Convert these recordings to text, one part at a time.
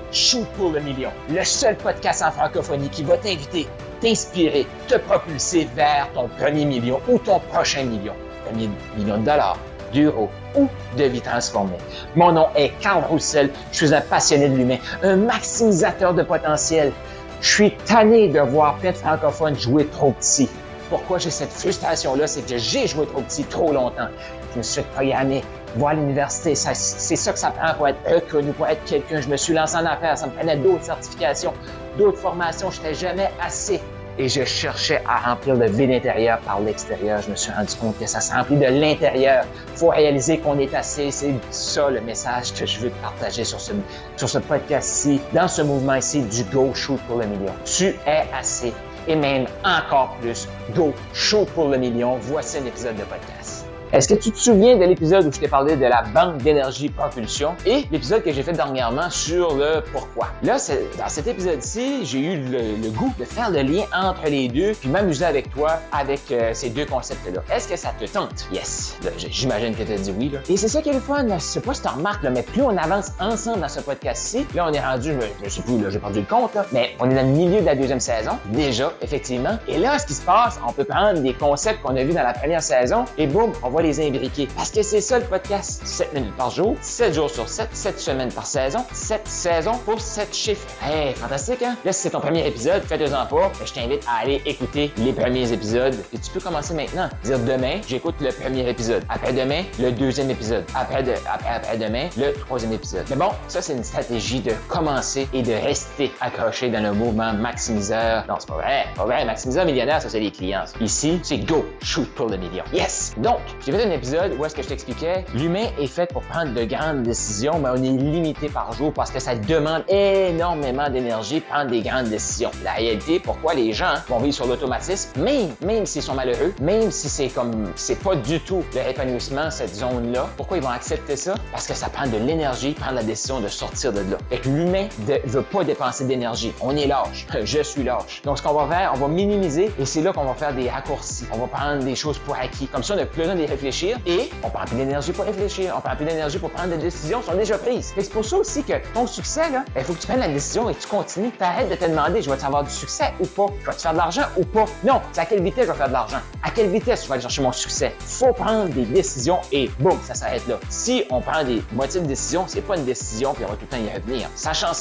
Shoot pour le million, le seul podcast en francophonie qui va t'inviter, t'inspirer, te propulser vers ton premier million ou ton prochain million. Premier million de dollars, d'euros ou de vie transformée. Mon nom est Carl Roussel, je suis un passionné de l'humain, un maximisateur de potentiel. Je suis tanné de voir plein de francophones jouer trop petit. Pourquoi j'ai cette frustration-là, c'est que j'ai joué trop petit trop longtemps. Je me suis programmé, voir l'université, c'est ça que ça prend pour être reconnu, pour être quelqu'un. Je me suis lancé en affaires, ça me prenait d'autres certifications, d'autres formations, je n'étais jamais assez. Et je cherchais à remplir le vide intérieur par l'extérieur. Je me suis rendu compte que ça se remplit de l'intérieur. Il faut réaliser qu'on est assez. C'est ça le message que je veux te partager sur ce podcast-ci, dans ce mouvement ici du Go Shoot pour le million. Tu es assez. Et même encore plus, Go Shoot pour le million. Voici un épisode de podcast. Est-ce que tu te souviens de l'épisode où je t'ai parlé de la banque d'énergie propulsion et l'épisode que j'ai fait dernièrement sur le pourquoi? Là, dans cet épisode-ci, j'ai eu le goût de faire le lien entre les deux puis m'amuser avec toi avec ces deux concepts-là. Est-ce que ça te tente? Yes! Là, j'imagine que tu as dit oui. Là. Et c'est ça qui est le fun. Je sais pas si tu remarques, là, mais plus on avance ensemble dans ce podcast-ci, là, on est rendu, je sais plus, là, j'ai perdu le compte, là, mais on est dans le milieu de la deuxième saison, déjà, effectivement. Et là, ce qui se passe, on peut prendre des concepts qu'on a vus dans la première saison et boum, on va les imbriquer. Parce que c'est ça le podcast. 7 minutes par jour, 7 jours sur 7, 7 semaines par saison, 7 saisons pour 7 chiffres. Hey, fantastique, hein? Là, si c'est ton premier épisode, fais-le-en pas. Je t'invite à aller écouter les premiers épisodes. Et tu peux commencer maintenant. Dire demain, j'écoute le premier épisode. Après-demain, le deuxième épisode. Après-demain, le troisième épisode. Mais bon, ça, c'est une stratégie de commencer et de rester accroché dans le mouvement maximiseur. Non, c'est pas vrai. Pas vrai. Maximiseur millionnaire, ça, c'est les clients. Ici, c'est Go Shoot pour le million. Yes! Donc, j'ai fait un épisode où est-ce que je t'expliquais, l'humain est fait pour prendre de grandes décisions, mais on est limité par jour parce que ça demande énormément d'énergie prendre des grandes décisions. La réalité, pourquoi les gens vont vivre sur l'automatisme, même s'ils sont malheureux, même si c'est pas du tout leur épanouissement, cette zone-là, pourquoi ils vont accepter ça? Parce que ça prend de l'énergie, prendre la décision de sortir de là. Fait que l'humain ne veut pas dépenser d'énergie. On est lâche. Je suis lâche. Donc, ce qu'on va faire, on va minimiser et c'est là qu'on va faire des raccourcis. On va prendre des choses pour acquis. Comme ça, on n'a plus besoin d'y réfléchir. Et on prend plus d'énergie pour réfléchir, on prend plus d'énergie pour prendre des décisions qui sont déjà prises. Et c'est pour ça aussi que ton succès, là, il faut que tu prennes la décision et que tu continues. T'arrêtes de te demander, je vais-tu avoir du succès ou pas? Je vais-tu faire de l'argent ou pas? Non, c'est à quelle vitesse je vais faire de l'argent? À quelle vitesse je vais aller chercher mon succès? Faut prendre des décisions et boum, ça s'arrête là. Si on prend des moitiés de décision, c'est pas une décision puis on va tout le temps y revenir. Sachant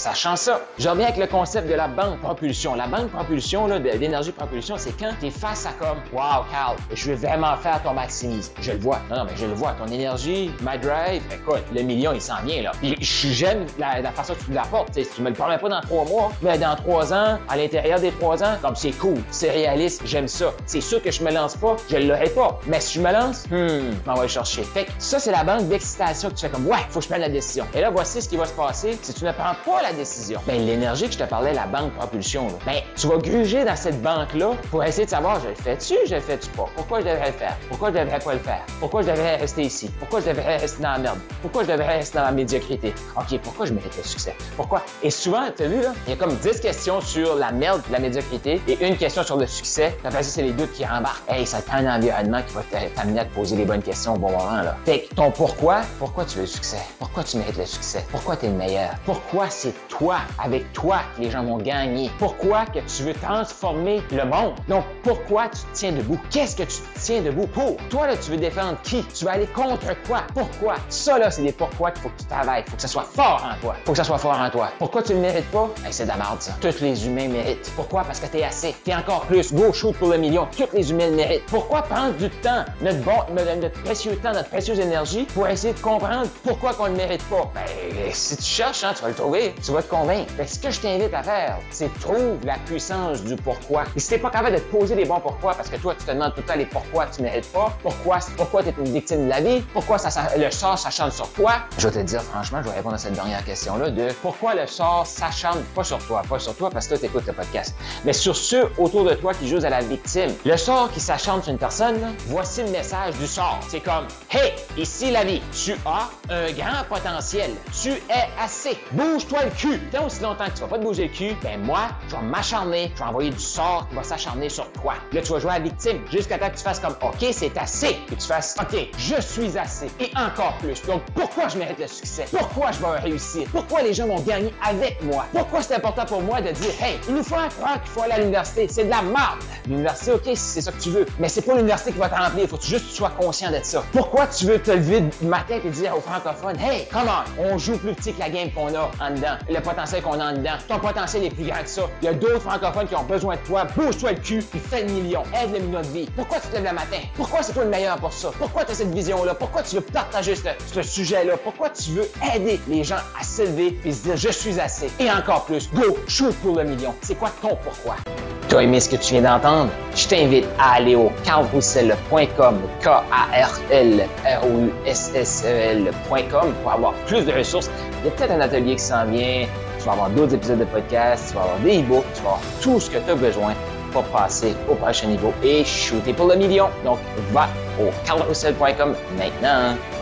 ça, je reviens avec le concept de la banque propulsion. La banque propulsion, là, d'énergie propulsion, c'est quand tu es face à comme, wow, Carl, je veux vraiment faire ton maximisme. Je le vois. Non, mais je le vois. Ton énergie, my drive, écoute, le million, il s'en vient, là. Puis, j'aime la façon que tu l'apportes. Si tu me le promets pas dans 3 mois, mais dans 3 ans, à l'intérieur des 3 ans, comme c'est cool, c'est réaliste, j'aime ça. C'est sûr que je me lance pas, je l'aurai pas. Mais si je me lance, on va le chercher. Fait que ça, c'est la banque d'excitation que tu fais comme, ouais, faut que je prenne la décision. Et là, voici ce qui va se passer si tu ne prends pas la décision. Ben, l'énergie que je te parlais, la banque propulsion, là, ben, tu vas gruger dans cette banque-là pour essayer de savoir, je le fais-tu pas? Pourquoi je devrais le faire? Pourquoi je devrais pas le faire? Pourquoi je devrais rester ici? Pourquoi je devrais rester dans la merde? Pourquoi je devrais rester dans la médiocrité? OK, pourquoi je mérite le succès? Pourquoi? Et souvent, tu as vu, là, il y a comme 10 questions sur la merde, la médiocrité et une question sur le succès. Après ça, c'est les doutes qui rembarquent. Hey, ça te prend un environnement qui va t'amener à te poser les bonnes questions au bon moment, là. Fait que ton pourquoi tu veux le succès? Pourquoi tu mérites le succès? Pourquoi tu es le meilleur? Pourquoi c'est toi, avec toi, que les gens vont gagner? Pourquoi que tu veux transformer le monde? Donc, pourquoi tu te tiens debout? Qu'est-ce que tu te tiens debout pour? Toi, là, tu veux défendre qui? Tu vas aller contre quoi? Pourquoi? Ça, là, c'est des pourquoi qu'il faut que tu travailles. Il faut que ça soit fort en toi. Faut que ça soit fort en toi. Pourquoi tu ne le mérites pas? Hey, c'est de la merde, ça. Tous les humains méritent. Pourquoi? Parce que t'es assez. T'es encore plus. Go shoot pour le million. Tous les humains le méritent. Pourquoi prendre du temps, notre précieux temps, notre précieuse énergie pour essayer de comprendre pourquoi qu'on ne le mérite pas? Ben, si tu cherches, hein, tu vas le trouver. Tu vas te convaincre. Fait que ce que je t'invite à faire, c'est trouve la puissance du pourquoi. Et si t'es pas capable de te poser les bons pourquoi, parce que toi, tu te demandes tout le temps les pourquoi tu mérites pas, pourquoi t'es une victime de la vie, pourquoi le sort s'acharne sur toi, je vais te dire franchement, je vais répondre à cette dernière question-là de pourquoi le sort s'acharne pas sur toi parce que toi, t'écoutes le podcast, mais sur ceux autour de toi qui jouent à la victime. Le sort qui s'acharne sur une personne, là, voici le message du sort. C'est comme, hey, ici la vie, tu as un grand potentiel, tu es assez, bouge-toi le cul. Tant aussi longtemps que tu vas pas te bouger le cul, ben moi, je vais m'acharner, je vais envoyer du sort qui va s'acharner sur toi. Là, tu vas jouer à la victime jusqu'à temps que tu fasses comme, OK, c'est assez. c'est que tu fasses « OK, je suis assez et encore plus. Donc, pourquoi je mérite le succès? Pourquoi je vais réussir? Pourquoi les gens vont gagner avec moi? Pourquoi c'est important pour moi de dire « Hey, il nous faut croire qu'il faut aller à l'université. C'est de la merde. » L'université, OK, si c'est ça que tu veux, mais c'est pas l'université qui va te remplir. Il faut juste que tu sois conscient de ça. Pourquoi tu veux te lever le matin et dire aux francophones « Hey, come on, on joue plus petit que la game qu'on a en dedans, le potentiel qu'on a en dedans. Ton potentiel est plus grand que ça. Il y a d'autres francophones qui ont besoin de toi. Bouge-toi le cul puis fais le million. Aide le million de vie. Pourquoi tu te lèves le matin? Pourquoi c'est toi le meilleur pour ça? Pourquoi tu as cette vision-là? Pourquoi tu veux partager ce sujet-là? Pourquoi tu veux aider les gens à se lever et se dire « Je suis assez. » Et encore plus, go, shoot pour le million. C'est quoi ton pourquoi? Tu as aimé ce que tu viens d'entendre? Je t'invite à aller au carlroussel.com, KARLROUSSEL.com pour avoir plus de ressources. Il y a peut-être un atelier qui s'en vient. Tu vas avoir d'autres épisodes de podcast, tu vas avoir des e-books, tu vas avoir tout ce que tu as besoin pour passer au prochain niveau et shooter pour le million. Donc, va au carlroussel.com maintenant.